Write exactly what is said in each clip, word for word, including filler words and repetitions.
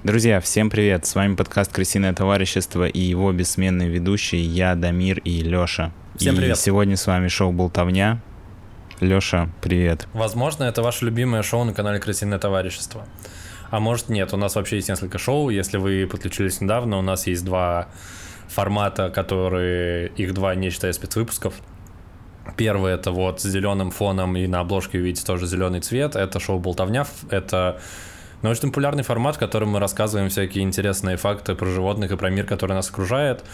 Друзья, всем привет! С вами подкаст «Крысиное товарищество» и его бессменные ведущие я, Дамир и Лёша. Всем привет! И сегодня с вами шоу «Болтовня». Лёша, привет! Возможно, это ваше любимое шоу на канале «Крысиное товарищество». А может нет, у нас вообще есть несколько шоу. Если вы подключились недавно, у нас есть два формата, которые... Их два, не считая спецвыпусков. Первый — это вот с зеленым фоном, и на обложке вы видите тоже зеленый цвет. Это шоу «Болтовня». Это научно-популярный формат, в котором мы рассказываем всякие интересные факты про животных и про мир, который нас окружает.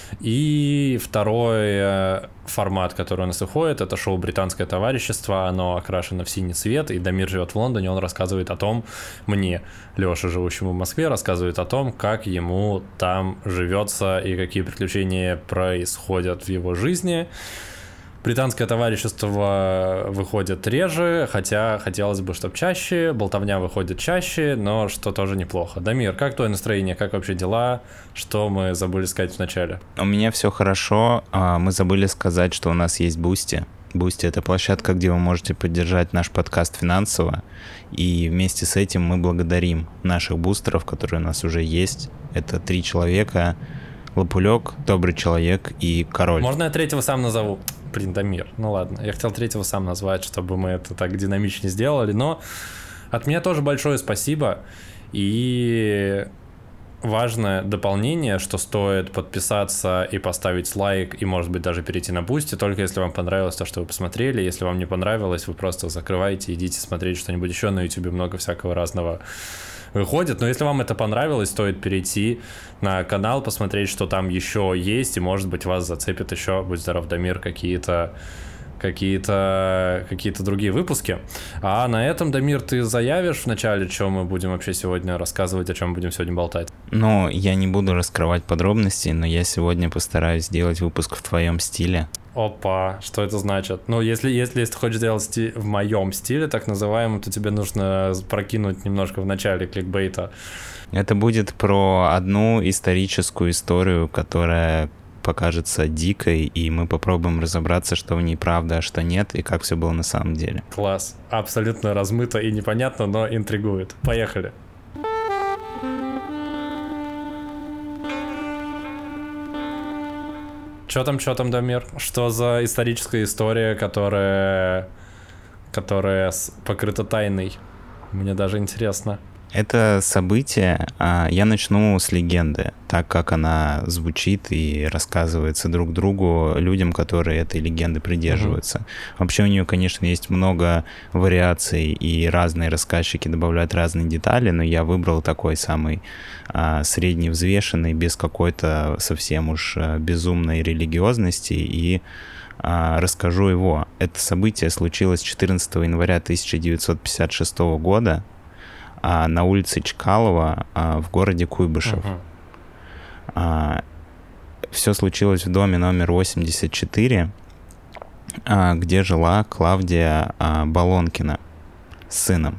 И второй формат, который у нас выходит, это шоу «Британское товарищество». Оно окрашено в синий цвет, и Дамир живет в Лондоне, он рассказывает о том, мне, Лёше, живущему в Москве, рассказывает о том, как ему там живется и какие приключения происходят в его жизни. Британское товарищество выходит реже, хотя хотелось бы, чтобы чаще. Болтовня выходит чаще, но что тоже неплохо. Дамир, как твое настроение, как вообще дела? Что мы забыли сказать в начале? У меня все хорошо. Мы забыли сказать, что у нас есть Boosty. Boosty — это площадка, где вы можете поддержать наш подкаст финансово. И вместе с этим мы благодарим наших бустеров, которые у нас уже есть. Это три человека. Лопулек, Добрый человек и Король. Можно я третьего сам назову? Блин, Дамир, ну ладно. Я хотел третьего сам назвать, чтобы мы это так динамичнее сделали, но от меня тоже большое спасибо. И важное дополнение, что стоит подписаться и поставить лайк, и, может быть, даже перейти на Boosty, только если вам понравилось то, что вы посмотрели. Если вам не понравилось, вы просто закрываете, идите смотреть что-нибудь еще. На YouTube много всякого разного выходит. Но если вам это понравилось, стоит перейти на канал, посмотреть, что там еще есть, и, может быть, вас зацепит еще, будь здоров, Дамир, какие-то какие-то какие-то другие выпуски. А на этом, Дамир, ты заявишь в начале, что мы будем вообще сегодня рассказывать, о чем будем сегодня болтать? Ну, я не буду раскрывать подробности, но я сегодня постараюсь сделать выпуск в твоем стиле. Опа, что это значит? Ну, если, если, если ты хочешь делать сти- в моем стиле, так называемом, то тебе нужно прокинуть немножко в начале кликбейта. Это будет про одну историческую историю, которая покажется дикой, и мы попробуем разобраться, что в ней правда, а что нет, и как все было на самом деле. Класс. Абсолютно размыто и непонятно, но интригует. Поехали. Чё там, чё там, Дамир? Что за историческая история, которая, которая покрыта тайной? Мне даже интересно. Это событие, я начну с легенды, так как она звучит и рассказывается друг другу людям, которые этой легенды придерживаются. Uh-huh. Вообще у нее, конечно, есть много вариаций, и разные рассказчики добавляют разные детали, но я выбрал такой самый а, средневзвешенный, без какой-то совсем уж безумной религиозности, и а, расскажу его. Это событие случилось четырнадцатого января тысяча девятьсот пятьдесят шестого года, на улице Чкалова в городе Куйбышев. Uh-huh. Все случилось в доме номер восемьдесят четыре, где жила Клавдия Болонкина с сыном.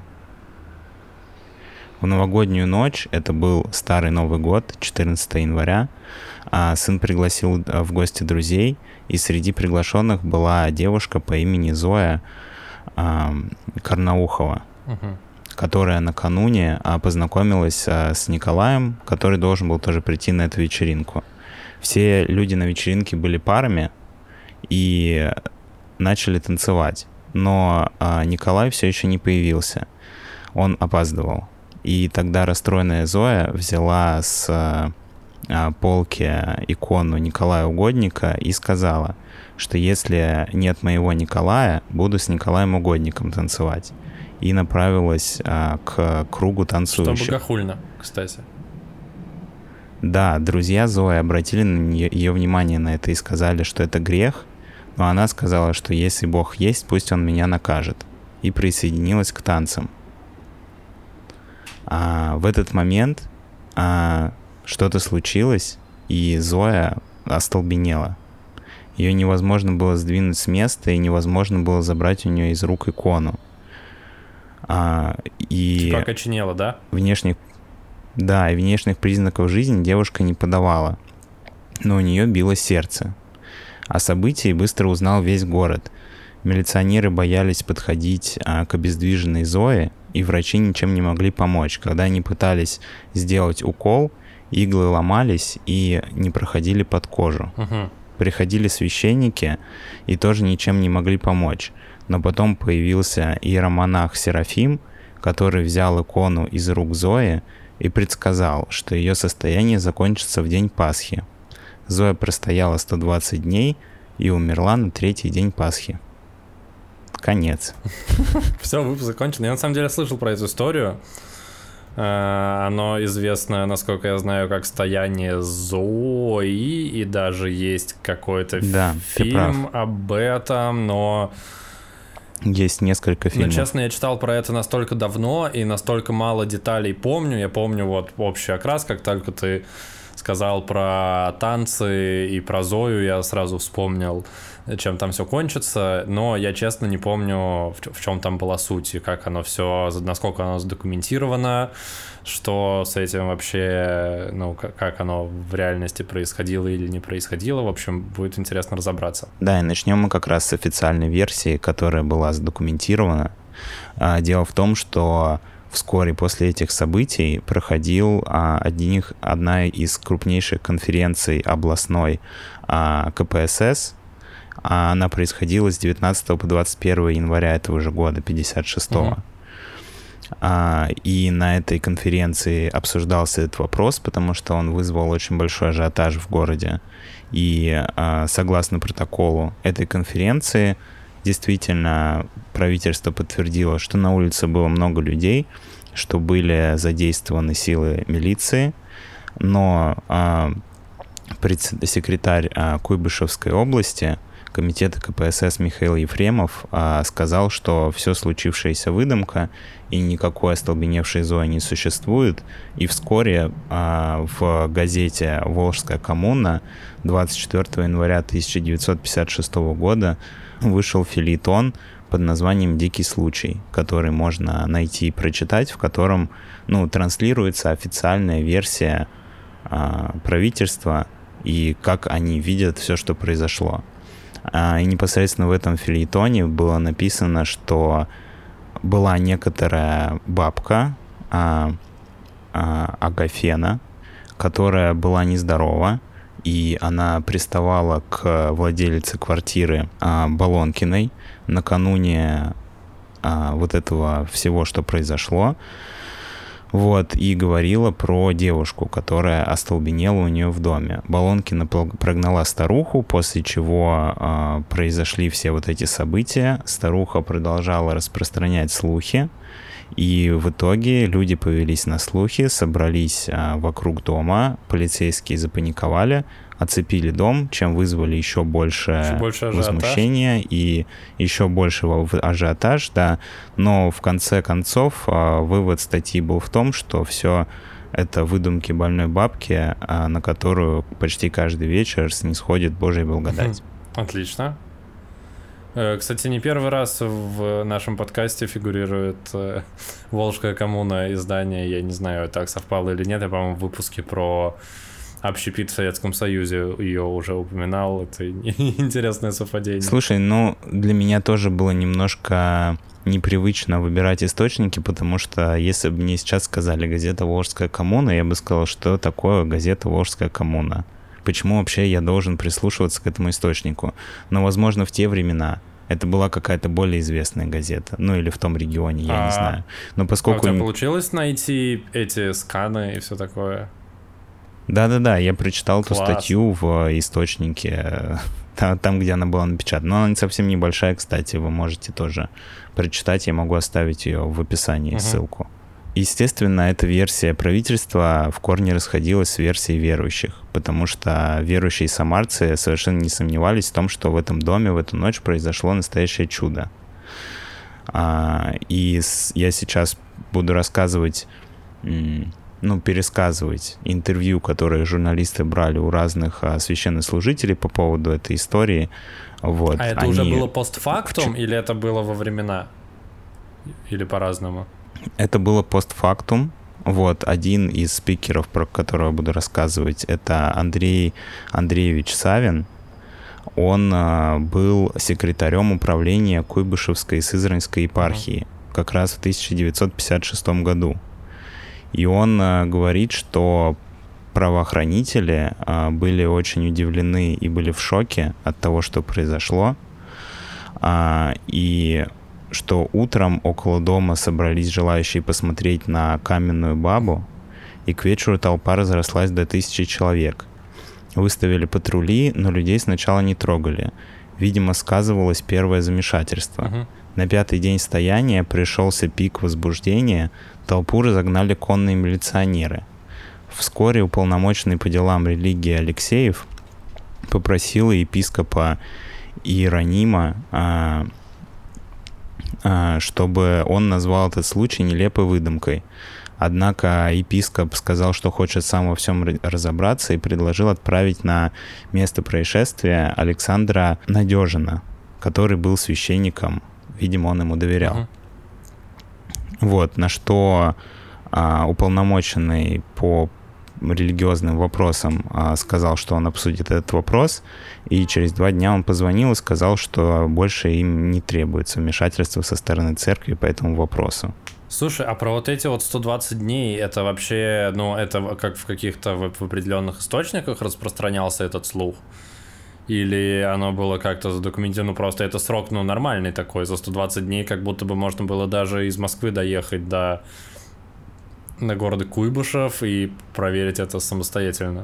В новогоднюю ночь, это был старый Новый год, четырнадцатого января, сын пригласил в гости друзей, и среди приглашенных была девушка по имени Зоя Карнаухова. Uh-huh. Которая накануне познакомилась с Николаем, который должен был тоже прийти на эту вечеринку. Все люди на вечеринке были парами и начали танцевать, но Николай все еще не появился, он опаздывал. И тогда расстроенная Зоя взяла с полки икону Николая Угодника и сказала, что если нет моего Николая, буду с Николаем Угодником танцевать. И направилась а, к кругу танцующих. Что богохульно, кстати. Да, друзья Зои обратили на нее, ее внимание на это и сказали, что это грех, но она сказала, что если Бог есть, пусть Он меня накажет, и присоединилась к танцам. А в этот момент а, что-то случилось, и Зоя остолбенела. Ее невозможно было сдвинуть с места, и невозможно было забрать у нее из рук икону. А, и типа окоченела, да? Внешних, да, и внешних признаков жизни девушка не подавала, но у нее било сердце. О событии быстро узнал весь город. Милиционеры боялись подходить а, к обездвиженной Зое, и врачи ничем не могли помочь. Когда они пытались сделать укол, иглы ломались и не проходили под кожу. Угу. Приходили священники и тоже ничем не могли помочь. Но потом появился иеромонах Серафим, который взял икону из рук Зои и предсказал, что ее состояние закончится в день Пасхи. Зоя простояла сто двадцать дней и умерла на третий день Пасхи. Конец. Все, выпуск закончен. Я на самом деле слышал про эту историю. Оно известно, насколько я знаю, как «Стояние Зои», и даже есть какой-то да, фильм об этом, но... Есть несколько фильмов. Но, честно, я читал про это настолько давно и настолько мало деталей помню. Я помню вот общий окрас, как только ты сказал про танцы и про Зою, я сразу вспомнил, чем там все кончится, но я честно не помню, в чем там была суть, и как оно все, насколько оно задокументировано, что с этим вообще, ну, как оно в реальности происходило или не происходило. В общем, будет интересно разобраться. Да, и начнем мы как раз с официальной версии, которая была задокументирована. Дело в том, что вскоре после этих событий проходил а, одних, одна из крупнейших конференций областной а, ка пэ эс эс. А она происходила с девятнадцатого по двадцать первое января этого же года, пятьдесят шестого. Uh-huh. А, и на этой конференции обсуждался этот вопрос, потому что он вызвал очень большой ажиотаж в городе. И а, согласно протоколу этой конференции, действительно, правительство подтвердило, что на улице было много людей, что были задействованы силы милиции, но а, секретарь а, Куйбышевской области, комитета ка пэ эс эс Михаил Ефремов а, сказал, что все случившееся выдумка и никакой остолбеневшей Зои не существует. И вскоре а, в газете «Волжская коммуна» двадцать четвёртого января тысяча девятьсот пятьдесят шестого года вышел фельетон под названием «Дикий случай», который можно найти и прочитать, в котором, ну, транслируется официальная версия а, правительства и как они видят все, что произошло. А, и непосредственно в этом фельетоне было написано, что была некоторая бабка а, а, Агафена, которая была нездорова, и она приставала к владелице квартиры а, Балонкиной накануне а, вот этого всего, что произошло, вот, и говорила про девушку, которая остолбенела у нее в доме. Балонкина прогнала старуху, после чего а, произошли все вот эти события. Старуха продолжала распространять слухи, и в итоге люди повелись на слухи, собрались а, вокруг дома, полицейские запаниковали, оцепили дом, чем вызвали еще больше, еще больше возмущения и еще большего ажиотаж, да. Но в конце концов а, вывод статьи был в том, что все это выдумки больной бабки, а, на которую почти каждый вечер снисходит Божья благодать. Отлично. Кстати, не первый раз в нашем подкасте фигурирует э, «Волжская коммуна», издание, я не знаю, так совпало или нет, я, по-моему, в выпуске про общепит в Советском Союзе ее уже упоминал, это интересное совпадение. Слушай, ну, для меня тоже было немножко непривычно выбирать источники, потому что если бы мне сейчас сказали «газета «Волжская коммуна», я бы сказал, что такое газета «Волжская коммуна». Почему вообще я должен прислушиваться к этому источнику? Но, возможно, в те времена это была какая-то более известная газета. Ну, или в том регионе, я а, не знаю. Но поскольку... А у тебя получилось найти эти сканы и все такое? Да-да-да, я прочитал Класс. Эту статью в источнике, там, где она была напечатана. Но она совсем небольшая, кстати, вы можете тоже прочитать. Я могу оставить ее в описании, uh-huh. ссылку. Естественно, эта версия правительства в корне расходилась с версией верующих, потому что верующие самарцы совершенно не сомневались в том, что в этом доме в эту ночь произошло настоящее чудо. И я сейчас буду рассказывать, ну, пересказывать интервью, которые журналисты брали у разных священнослужителей по поводу этой истории. Вот. А это Они... уже было постфактум или это было во времена? Или по-разному? Это было постфактум. Вот, один из спикеров, про которого буду рассказывать, это Андрей Андреевич Савин. Он а, был секретарем управления Куйбышевской и Сызранской епархии, uh-huh. как раз в тысяча девятьсот пятьдесят шестом году. И он а, говорит, что правоохранители а, были очень удивлены и были в шоке от того, что произошло. А, и что утром около дома собрались желающие посмотреть на каменную бабу, и к вечеру толпа разрослась до тысячи человек. Выставили патрули, но людей сначала не трогали. Видимо, сказывалось первое замешательство. Uh-huh. На пятый день стояния пришелся пик возбуждения, толпу разогнали конные милиционеры. Вскоре уполномоченный по делам религии Алексеев попросил епископа Иеронима, а, а, чтобы он назвал этот случай нелепой выдумкой. Однако епископ сказал, что хочет сам во всем разобраться, и предложил отправить на место происшествия Александра Надежина, который был священником. Видимо, он ему доверял. Uh-huh. Вот, на что а, уполномоченный по религиозным вопросам а, сказал, что он обсудит этот вопрос, и через два дня он позвонил и сказал, что больше им не требуется вмешательства со стороны церкви по этому вопросу. Слушай, а про вот эти вот сто двадцать дней, это вообще, ну, это как в каких-то в, в определенных источниках распространялся этот слух? Или оно было как-то задокументировано, просто это срок, ну, нормальный такой, за сто двадцать дней, как будто бы можно было даже из Москвы доехать до, до города Куйбышев и проверить это самостоятельно?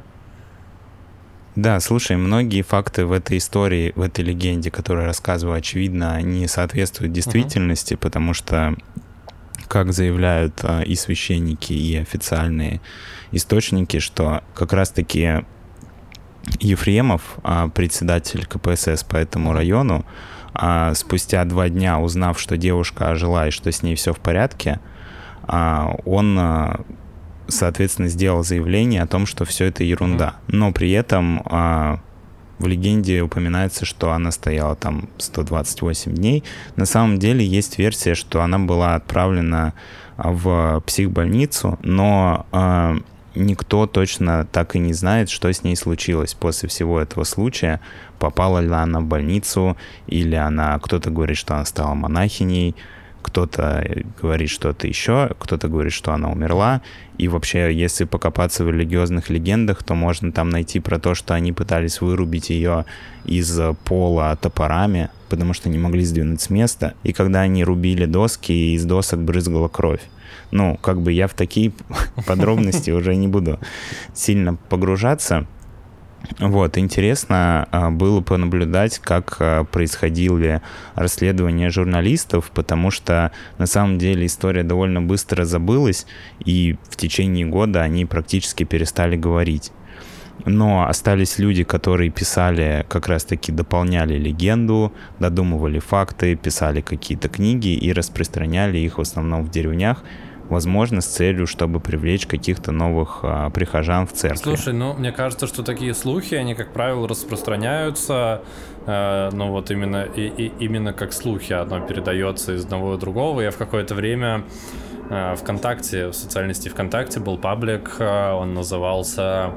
Да, слушай, многие факты в этой истории, в этой легенде, которую я рассказываю, очевидно, не соответствуют действительности, uh-huh. потому что, как заявляют а, и священники, и официальные источники, что как раз-таки Ефремов, а, председатель ка пэ эс эс по этому району, а, спустя два дня, узнав, что девушка ожила и что с ней все в порядке, а, он, а, соответственно, сделал заявление о том, что все это ерунда. Но при этом а, в легенде упоминается, что она стояла там сто двадцать восемь дней. На самом деле есть версия, что она была отправлена в психбольницу, но э, никто точно так и не знает, что с ней случилось после всего этого случая. Попала ли она в больницу, или она... Кто-то говорит, что она стала монахиней, кто-то говорит что-то еще, кто-то говорит, что она умерла. И вообще, если покопаться в религиозных легендах, то можно там найти про то, что они пытались вырубить ее из пола топорами, потому что не могли сдвинуть с места. И когда они рубили доски, из досок брызгала кровь. Ну, как бы я в такие подробности уже не буду сильно погружаться. Вот, интересно было понаблюдать, как происходили расследования журналистов, потому что на самом деле история довольно быстро забылась, и в течение года они практически перестали говорить. Но остались люди, которые писали, как раз-таки дополняли легенду, додумывали факты, писали какие-то книги и распространяли их в основном в деревнях, возможно, с целью, чтобы привлечь каких-то новых а, прихожан в церковь. Слушай, ну, мне кажется, что такие слухи, они, как правило, распространяются, э, ну, вот именно, и, и, именно как слухи, одно передается из одного и другого. Я в какое-то время э, ВКонтакте, в социальной сети ВКонтакте был паблик, э, он назывался...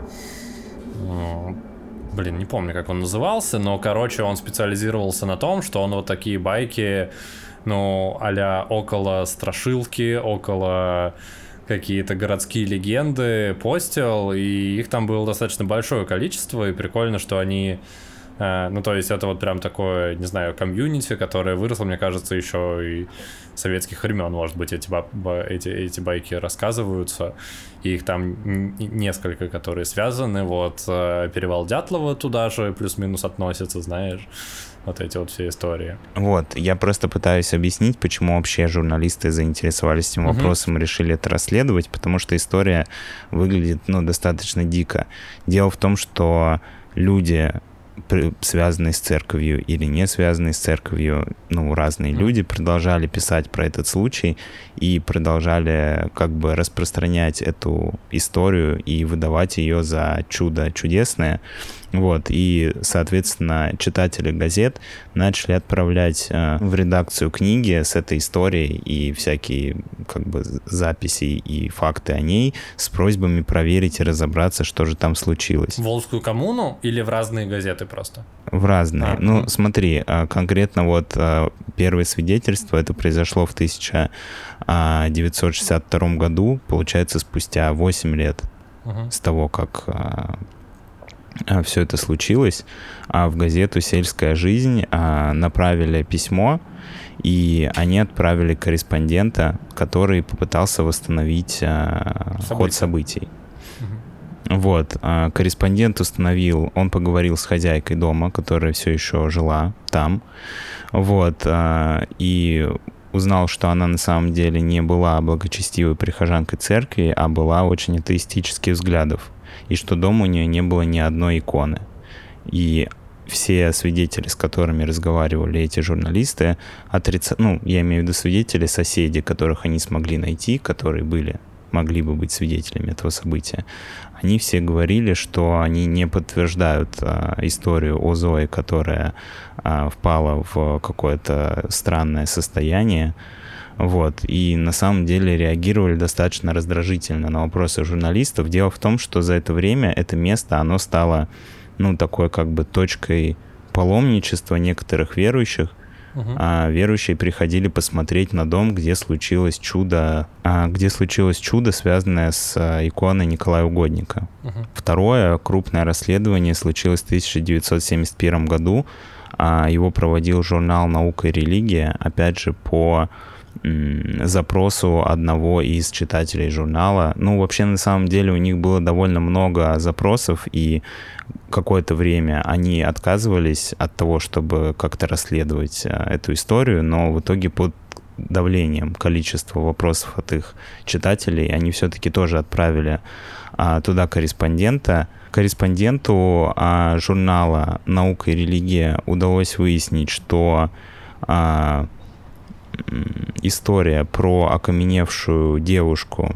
Э, блин, не помню, как он назывался, но, короче, он специализировался на том, что он вот такие байки... ну, а-ля около страшилки, около какие-то городские легенды постил, и их там было достаточно большое количество, и прикольно, что они, э, ну, то есть это вот прям такое, не знаю, комьюнити, которое выросло, мне кажется, еще и советских времен, может быть, эти, эти, эти байки рассказываются, и их там несколько, которые связаны, вот, Перевал Дятлова туда же плюс-минус относится, знаешь, вот эти вот все истории. Вот, я просто пытаюсь объяснить, почему вообще журналисты заинтересовались этим вопросом uh-huh. и решили это расследовать, потому что история выглядит, ну, достаточно дико. Дело в том, что люди, связанные с церковью или не связанные с церковью, ну, разные uh-huh. люди продолжали писать про этот случай и продолжали как бы распространять эту историю и выдавать ее за чудо чудесное. Вот, и, соответственно, читатели газет начали отправлять э, в редакцию книги с этой историей и всякие как бы записи и факты о ней с просьбами проверить и разобраться, что же там случилось. В Волжскую коммуну или в разные газеты просто? В разные. А, ну, угу. смотри, конкретно вот первое свидетельство, это произошло в тысяча девятьсот шестьдесят втором году, получается, спустя восемь лет угу. с того, как все это случилось. А в газету «Сельская жизнь» направили письмо, и они отправили корреспондента, который попытался восстановить События. ход событий. Угу. Вот. Корреспондент установил, он поговорил с хозяйкой дома, которая все еще жила там. Вот. И узнал, что она на самом деле не была благочестивой прихожанкой церкви, а была очень атеистических взглядов. И что дома у нее не было ни одной иконы. И все свидетели, с которыми разговаривали эти журналисты, отрицали, ну, я имею в виду свидетели, соседи, которых они смогли найти, которые были, могли бы быть свидетелями этого события, они все говорили, что они не подтверждают а, историю о Зое, которая а, впала в какое-то странное состояние. Вот. И на самом деле реагировали достаточно раздражительно на вопросы журналистов. Дело в том, что за это время это место, оно стало, ну, такой как бы точкой паломничества некоторых верующих. Uh-huh. А верующие приходили посмотреть на дом, где случилось чудо, а, где случилось чудо, связанное с а, иконой Николая Угодника. Uh-huh. Второе крупное расследование случилось в тысяча девятьсот семьдесят первом году. А, его проводил журнал «Наука и религия», опять же, по запросу одного из читателей журнала. Ну, вообще, на самом деле, у них было довольно много запросов, и какое-то время они отказывались от того, чтобы как-то расследовать эту историю, но в итоге под давлением количества вопросов от их читателей они все-таки тоже отправили а, туда корреспондента. Корреспонденту а, журнала «Наука и религия» удалось выяснить, что а, история про окаменевшую девушку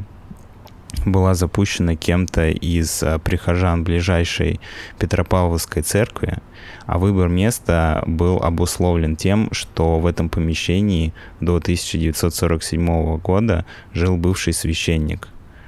была запущена кем-то из прихожан ближайшей Петропавловской церкви, а выбор места был обусловлен тем, что в этом помещении до тысяча девятьсот сорок седьмого года жил бывший священник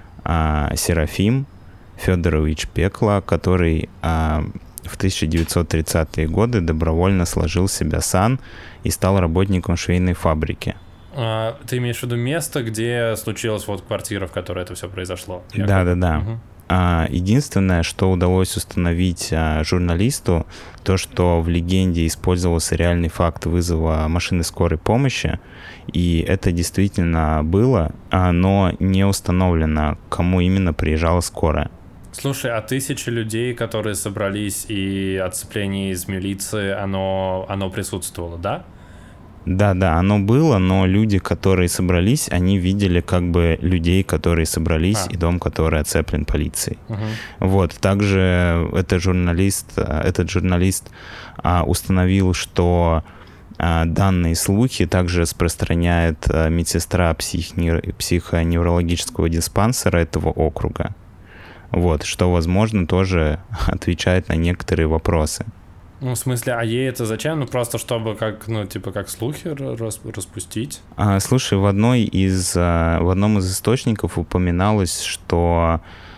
а, Серафим Федорович Пекла, который а, в тысяча девятьсот тридцатые годы добровольно сложил с себя сан и стал работником швейной фабрики. А, ты имеешь в виду место, где случилась вот квартира, в которой это все произошло? Да-да-да. Угу. А, единственное, что удалось установить а, журналисту, то, что в легенде использовался реальный факт вызова машины скорой помощи, и это действительно было, а, но не установлено, к кому именно приезжала скорая. Слушай, а тысячи людей, которые собрались, и отцепление из милиции, оно, оно присутствовало, да? Да-да, оно было, но люди, которые собрались, они видели как бы людей, которые собрались, а. и дом, который оцеплен полицией. Угу. Вот, также этот журналист, этот журналист а, установил, что а, данные слухи также распространяет а, медсестра психни... психоневрологического диспансера этого округа. Вот, что, возможно, тоже отвечает на некоторые вопросы. Ну, в смысле, а ей это зачем? Ну, просто чтобы как, ну, типа, как слухи распустить? А, слушай, в одной из, в одном из источников упоминалось, что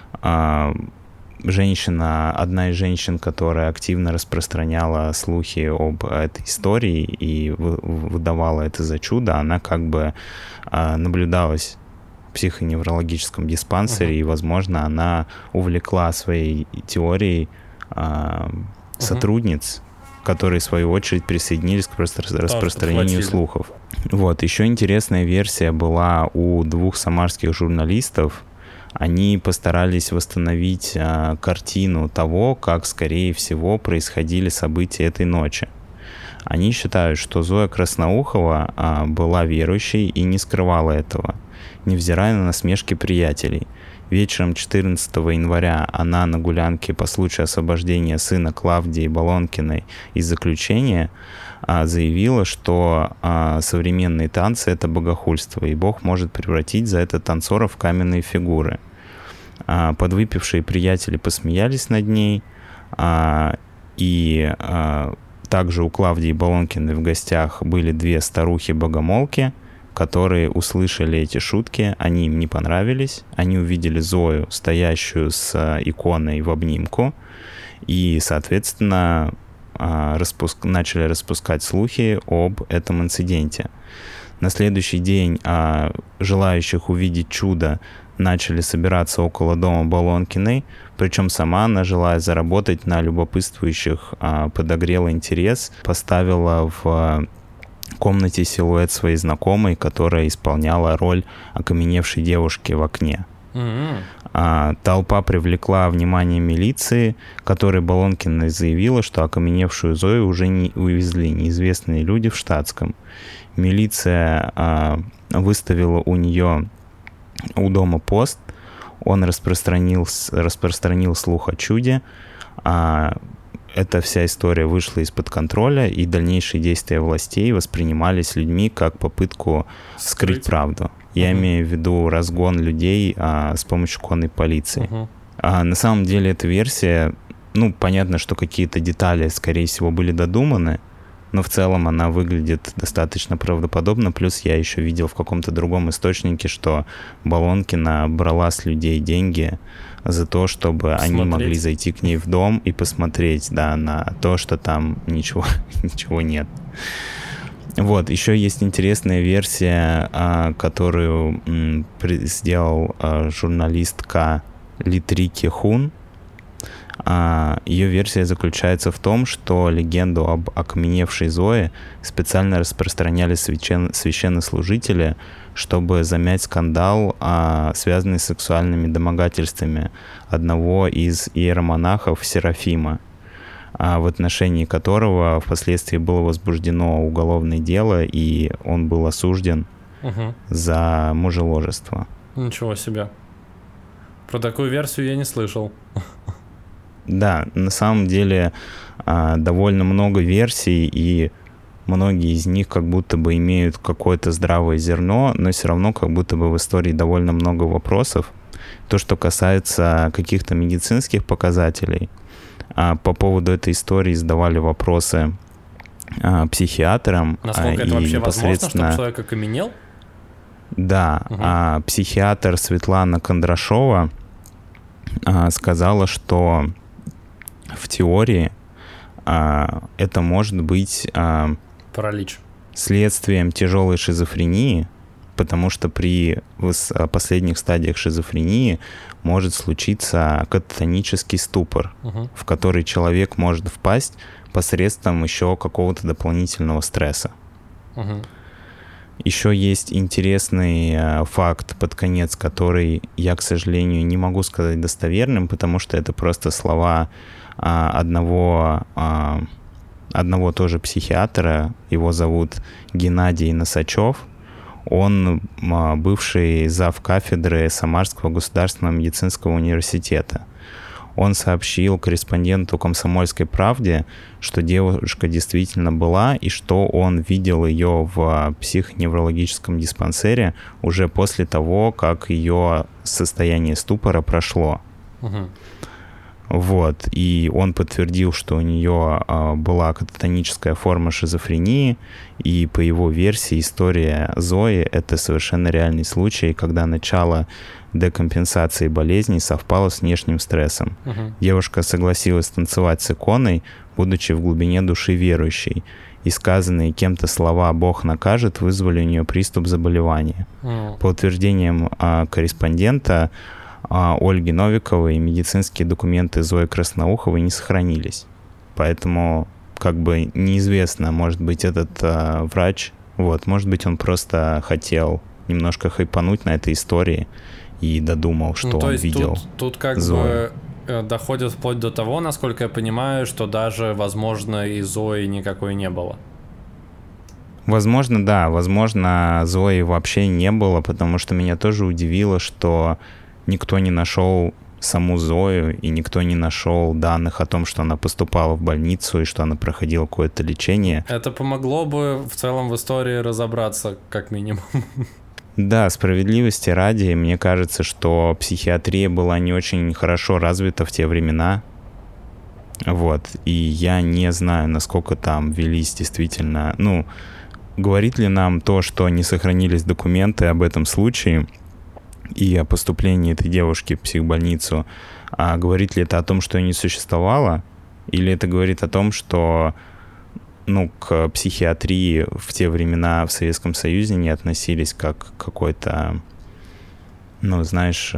а, женщина, одна из женщин, которая активно распространяла слухи об этой истории и выдавала это за чудо, она как бы а, наблюдалась в психоневрологическом диспансере, uh-huh. и, возможно, она увлекла своей теорией а, сотрудниц, uh-huh. которые, в свою очередь, присоединились к распространению слухов. Вот. Еще интересная версия была у двух самарских журналистов. Они постарались восстановить а, картину того, как, скорее всего, происходили события этой ночи. Они считают, что Зоя Красноухова а, была верующей и не скрывала этого, невзирая на насмешки приятелей. Вечером четырнадцатого января она на гулянке по случаю освобождения сына Клавдии Болонкиной из заключения а, заявила, что а, современные танцы — это богохульство, и Бог может превратить за это танцоров в каменные фигуры. А, подвыпившие приятели посмеялись над ней, А, и а, также у Клавдии Болонкиной в гостях были две старухи-богомолки, которые услышали эти шутки, они им не понравились, они увидели Зою, стоящую с иконой в обнимку, и, соответственно, распуск... начали распускать слухи об этом инциденте. На следующий день а, желающих увидеть чудо начали собираться около дома Болонкиной, причем сама она, желая заработать на любопытствующих, а, подогрела интерес, поставила в комнате силуэт своей знакомой, которая исполняла роль окаменевшей девушки в окне. Mm-hmm. А, толпа привлекла внимание милиции, которой Болонкина заявила, что окаменевшую Зою уже не увезли неизвестные люди в штатском. Милиция а, выставила у нее у дома пост, он распространил, распространил слух о чуде, а эта вся история вышла из-под контроля, и дальнейшие действия властей воспринимались людьми как попытку скрыть, скрыть правду. Я uh-huh. имею в виду разгон людей а, с помощью конной полиции. Uh-huh. А, на самом деле эта версия, ну, понятно, что какие-то детали, скорее всего, были додуманы, но в целом она выглядит достаточно правдоподобно. Плюс я еще видел в каком-то другом источнике, что Болонкина брала с людей деньги за то, чтобы посмотреть. Они могли зайти к ней в дом и посмотреть, да, на то, что там ничего, ничего нет. Вот, еще есть интересная версия, которую сделал журналистка Литрики Хун. Ее версия заключается в том, что легенду об окаменевшей Зое специально распространяли священ... священнослужители, чтобы замять скандал, связанный с сексуальными домогательствами одного из иеромонахов Серафима, в отношении которого впоследствии было возбуждено уголовное дело, и он был осужден угу. за мужеложество. Ничего себе. Про такую версию я не слышал. Да, на самом деле довольно много версий, и многие из них как будто бы имеют какое-то здравое зерно, но все равно как будто бы в истории довольно много вопросов. То, что касается каких-то медицинских показателей, по поводу этой истории задавали вопросы психиатрам. Насколько это вообще возможно, чтобы человек окаменел? Да, угу. а психиатр Светлана Кондрашова сказала, что в теории а, это может быть а, паралич. Следствием тяжелой шизофрении, потому что при последних стадиях шизофрении может случиться кататонический ступор, угу. в который человек может впасть посредством еще какого-то дополнительного стресса. Угу. Еще есть интересный э, факт под конец, который я, к сожалению, не могу сказать достоверным, потому что это просто слова э, одного, э, одного тоже психиатра. Его зовут Геннадий Носачев. Он э, бывший зав. Кафедры Самарского государственного медицинского университета. Он сообщил корреспонденту «Комсомольской правде», что девушка действительно была, и что он видел ее в психоневрологическом диспансере уже после того, как ее состояние ступора прошло. Угу. Вот. И он подтвердил, что у нее а, была кататоническая форма шизофрении, и по его версии история Зои — это совершенно реальный случай, когда начало декомпенсации болезни совпало с внешним стрессом. Uh-huh. Девушка согласилась танцевать с иконой, будучи в глубине души верующей, и сказанные кем-то слова «Бог накажет» вызвали у нее приступ заболевания. Uh-huh. По утверждениям а, корреспондента а, Ольги Новиковой, медицинские документы Зои Красноуховой не сохранились. Поэтому как бы неизвестно, может быть, этот а, врач, вот, может быть, он просто хотел немножко хайпануть на этой истории и додумал, что ну, он видел. Тут, тут как Зою. бы доходит вплоть до того, насколько я понимаю, что даже, возможно, и Зои никакой не было. Возможно, да. Возможно, Зои вообще не было, потому что меня тоже удивило, что никто не нашел саму Зою, и никто не нашел данных о том, что она поступала в больницу и что она проходила какое-то лечение. Это помогло бы в целом в истории разобраться, как минимум. Да, справедливости ради, мне кажется, что психиатрия была не очень хорошо развита в те времена. Вот. И я не знаю, насколько там велись действительно... Ну, говорит ли нам то, что не сохранились документы об этом случае и о поступлении этой девушки в психбольницу, а говорит ли это о том, что ее не существовало, или это говорит о том, что ну, к психиатрии в те времена в Советском Союзе не относились как к какой-то, ну, знаешь,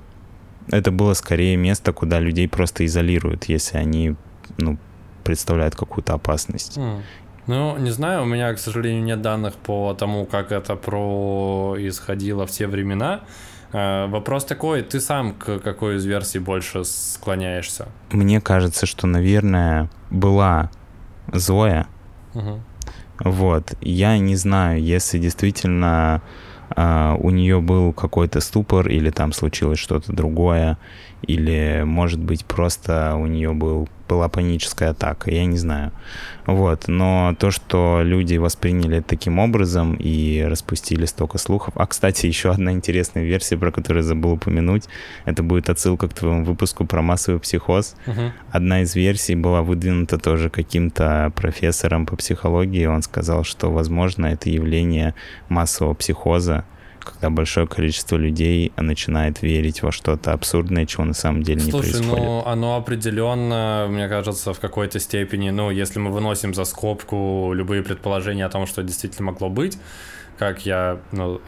это было скорее место, куда людей просто изолируют, если они, ну, представляют какую-то опасность. Mm. Ну, не знаю, у меня, к сожалению, нет данных по тому, как это происходило в те времена. Вопрос такой, ты сам к какой из версий больше склоняешься? Мне кажется, что, наверное, была Зоя. Угу. Вот. Я не знаю, если действительно э, у нее был какой-то ступор, или там случилось что-то другое, или, может быть, просто у нее был, была паническая атака, я не знаю. Вот. Но то, что люди восприняли это таким образом и распустили столько слухов... А, кстати, еще одна интересная версия, про которую я забыл упомянуть, это будет отсылка к твоему выпуску про массовый психоз. Uh-huh. Одна из версий была выдвинута тоже каким-то профессором по психологии. Он сказал, что, возможно, это явление массового психоза, когда большое количество людей начинает верить во что-то абсурдное, чего на самом деле не Слушай, происходит. Слушай, ну оно определенно, мне кажется, в какой-то степени, ну, если мы выносим за скобку любые предположения о том, что действительно могло быть, как я, ну,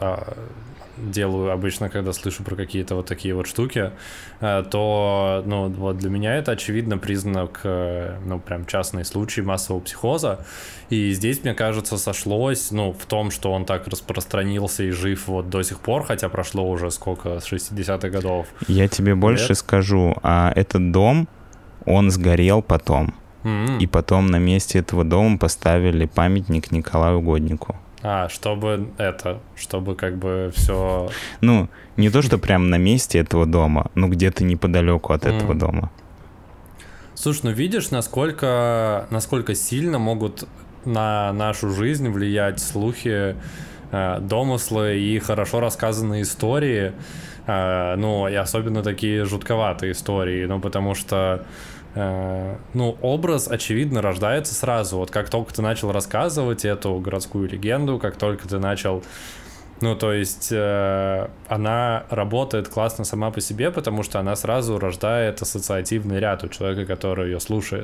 делаю обычно, когда слышу про какие-то вот такие вот штуки, то, ну, вот для меня это, очевидно, признак, ну, прям частный случай массового психоза. И здесь, мне кажется, сошлось, ну, в том, что он так распространился и жив вот до сих пор, хотя прошло уже сколько, с шестидесятых годов. Я тебе больше лет. скажу, а этот дом, он сгорел потом. Mm-hmm. И потом на месте этого дома поставили памятник Николаю Угоднику. А, чтобы это, чтобы как бы все... Ну, не то, что прям на месте этого дома, но где-то неподалеку от mm. этого дома. Слушай, ну видишь, насколько, насколько сильно могут на нашу жизнь влиять слухи, э, домыслы и хорошо рассказанные истории, э, ну, и особенно такие жутковатые истории, ну, потому что... Ну, образ, очевидно, рождается сразу. Вот как только ты начал рассказывать эту городскую легенду, как только ты начал... Ну, то есть э, она работает классно сама по себе, потому что она сразу рождает ассоциативный ряд у человека, который ее слушает.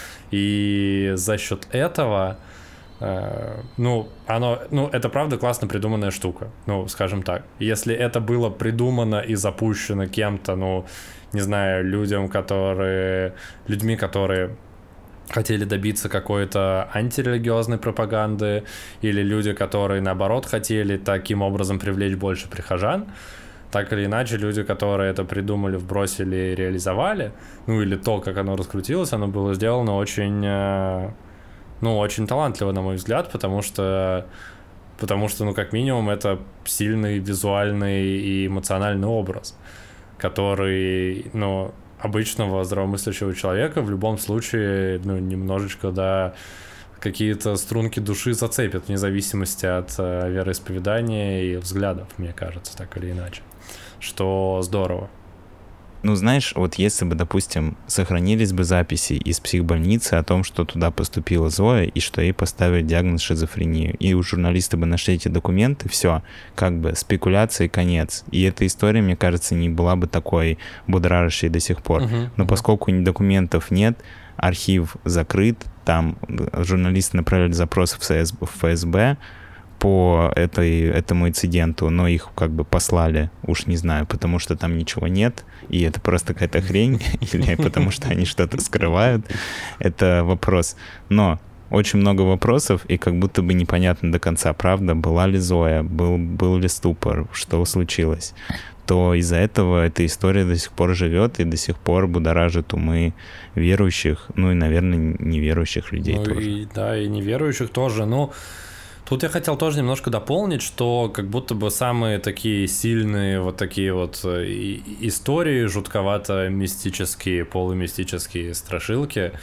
И за счет этого... Uh, ну, оно, ну, это правда классно придуманная штука, ну, скажем так. Если это было придумано и запущено кем-то, ну, не знаю, людям, которые, людьми, которые хотели добиться какой-то антирелигиозной пропаганды, или люди, которые, наоборот, хотели таким образом привлечь больше прихожан, так или иначе, люди, которые это придумали, вбросили и реализовали, ну, или то, как оно раскрутилось, оно было сделано очень... Uh, Ну, очень талантливо, на мой взгляд, потому что, потому что, ну, как минимум, это сильный визуальный и эмоциональный образ, который, ну, обычного здравомыслящего человека в любом случае, ну, немножечко, да, какие-то струнки души зацепят, вне зависимости от э, вероисповедания и взглядов, мне кажется, так или иначе, что здорово. Ну, знаешь, вот если бы, допустим, сохранились бы записи из психбольницы о том, что туда поступила Зоя и что ей поставили диагноз шизофрению, и у журналиста бы нашли эти документы, все, как бы спекуляции конец. И эта история, мне кажется, не была бы такой будоражащей до сих пор. Uh-huh, Но uh-huh. поскольку документов нет, архив закрыт, там журналисты направили запрос в эф эс бэ по этой, этому инциденту, но их как бы послали, уж не знаю, потому что там ничего нет, и это просто какая-то хрень, или потому что они что-то скрывают, это вопрос. Но очень много вопросов, и как будто бы непонятно до конца, правда, была ли Зоя, был, был ли ступор, что случилось, то из-за этого эта история до сих пор живет и до сих пор будоражит умы верующих, ну и, наверное, неверующих людей ну тоже. И, да, и неверующих тоже, ну... Тут я хотел тоже немножко дополнить, что как будто бы самые такие сильные вот такие вот истории, жутковато-мистические, полумистические страшилки,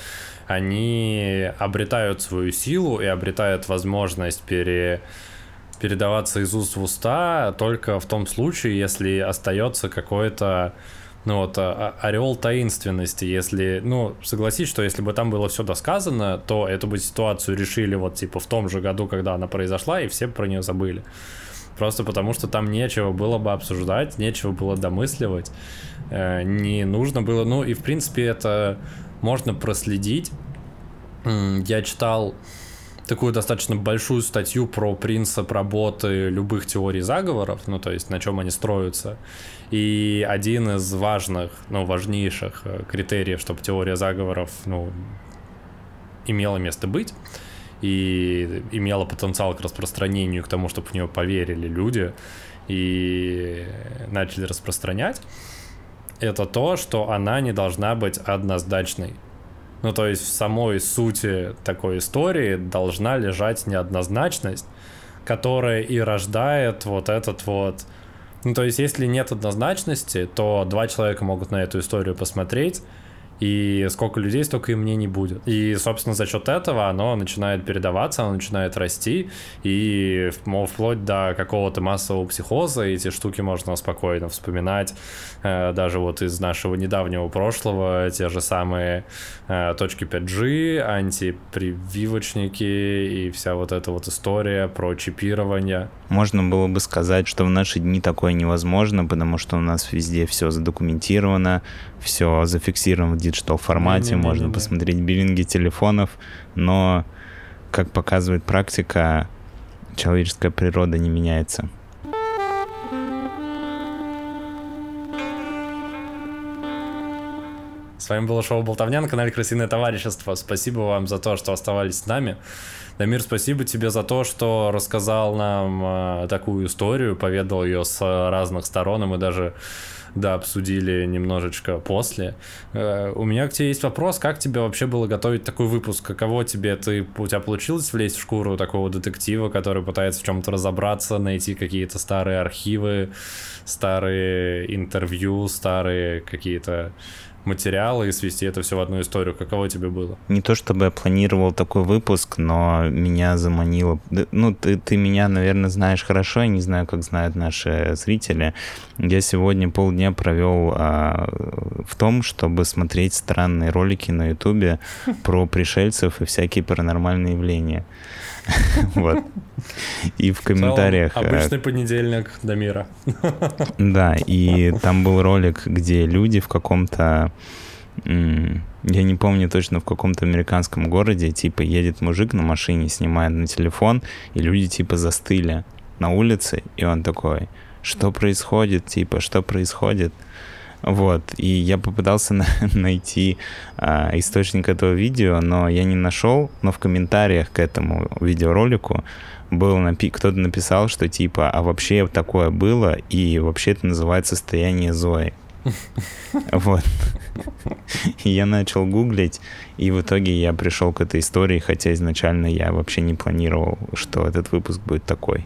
они обретают свою силу и обретают возможность пере... передаваться из уст в уста только в том случае, если остается какое-то, Ну вот, а, ореол таинственности, если, ну, согласись, что если бы там было все досказано, то эту бы ситуацию решили вот типа в том же году, когда она произошла, и все про нее забыли. Просто потому, что там нечего было бы обсуждать, нечего было домысливать, э, не нужно было, ну и в принципе это можно проследить. Я читал такую достаточно большую статью про принцип работы любых теорий заговоров, ну то есть на чем они строятся. И один из важных, ну важнейших критериев, чтобы теория заговоров, ну, имела место быть и имела потенциал к распространению, к тому, чтобы в нее поверили люди и начали распространять, это то, что она не должна быть однозначной. Ну, то есть в самой сути такой истории должна лежать неоднозначность, которая и рождает вот этот вот... Ну, то есть если нет однозначности, то два человека могут на эту историю посмотреть, и сколько людей, столько и мнений будет. И, собственно, за счет этого оно начинает передаваться, оно начинает расти, и вплоть до какого-то массового психоза эти штуки можно спокойно вспоминать. Даже вот из нашего недавнего прошлого те же самые точки пять джи, антипрививочники и вся вот эта вот история про чипирование. Можно было бы сказать, что в наши дни такое невозможно, потому что у нас везде все задокументировано, все зафиксировано в диджитал формате, не, не, можно не, не, не. посмотреть биллинги телефонов, но, как показывает практика, человеческая природа не меняется. С вами было шоу «Болтовня» на канале «Крысиное товарищество». Спасибо вам за то, что оставались с нами. Дамир, спасибо тебе за то, что рассказал нам э, такую историю, поведал ее с разных сторон, и мы даже да, обсудили немножечко после. Э, у меня к тебе есть вопрос, как тебе вообще было готовить такой выпуск? Каково тебе? Ты, у тебя получилось влезть в шкуру такого детектива, который пытается в чем-то разобраться, найти какие-то старые архивы, старые интервью, старые какие-то материалы и свести это все в одну историю? Каково тебе было? Не то чтобы я планировал такой выпуск, но меня заманило. Ну, ты, ты меня, наверное, знаешь хорошо, я не знаю, как знают наши зрители. Я сегодня полдня провел а, в том, чтобы смотреть странные ролики на Ютубе про пришельцев и всякие паранормальные явления. Вот. И в комментариях... Обычный понедельник Дамира. Да, и там был ролик, где люди в каком-то... Я не помню точно, в каком-то американском городе, типа, едет мужик на машине, снимает на телефон, и люди, типа, застыли на улице, и он такой, что происходит, типа, что происходит? Вот, и я попытался на- найти а, источник этого видео, но я не нашел, но в комментариях к этому видеоролику был напи- кто-то написал, что типа, а вообще такое было, и вообще это называется состояние Зои. Вот. И я начал гуглить, и в итоге я пришел к этой истории, хотя изначально я вообще не планировал, что этот выпуск будет такой.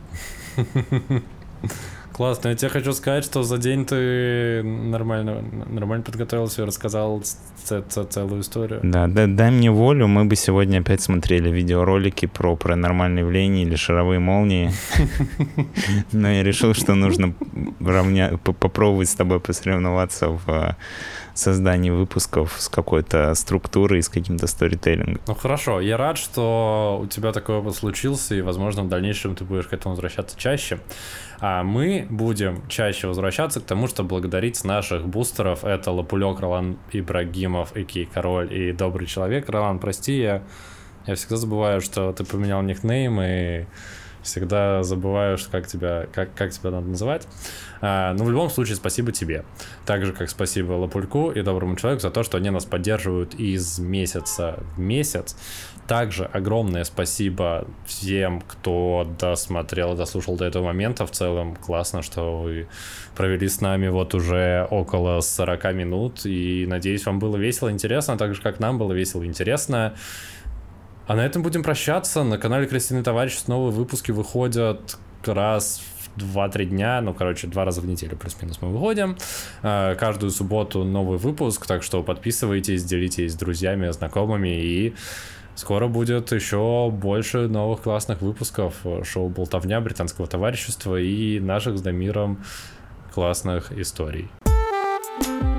Классно. Я тебе хочу сказать, что за день ты нормально, нормально подготовился и рассказал ц- ц- целую историю. Да, да, дай мне волю, мы бы сегодня опять смотрели видеоролики про паранормальные явления или шаровые молнии. Но я решил, что нужно равня... попробовать с тобой посоревноваться в создании выпусков с какой-то структурой и с каким-то сторителлингом. Ну хорошо, я рад, что у тебя такой опыт случился, и, возможно, в дальнейшем ты будешь к этому возвращаться чаще. А мы будем чаще возвращаться к тому, что благодарить наших бустеров. Это Лапулек, Ролан Ибрагимов, Икей Король и Добрый Человек. Ролан, прости, я, я всегда забываю, что ты поменял никнейм, и всегда забываю, как тебя, как, как тебя надо называть. А, но в любом случае спасибо тебе. Так же, как спасибо Лапульку и Доброму Человеку за то, что они нас поддерживают из месяца в месяц. Также огромное спасибо всем, кто досмотрел, дослушал до этого момента. В целом классно, что вы провели с нами вот уже около сорок минут. И надеюсь, вам было весело и интересно, так же, как нам было весело и интересно. А на этом будем прощаться. На канале «Крысиное товарищество» новые выпуски выходят раз в два-три дня. Ну, короче, два раза в неделю плюс-минус мы выходим. Каждую субботу новый выпуск, так что подписывайтесь, делитесь с друзьями, знакомыми, и скоро будет еще больше новых классных выпусков шоу «Болтовня», британского товарищества и наших с Дамиром классных историй.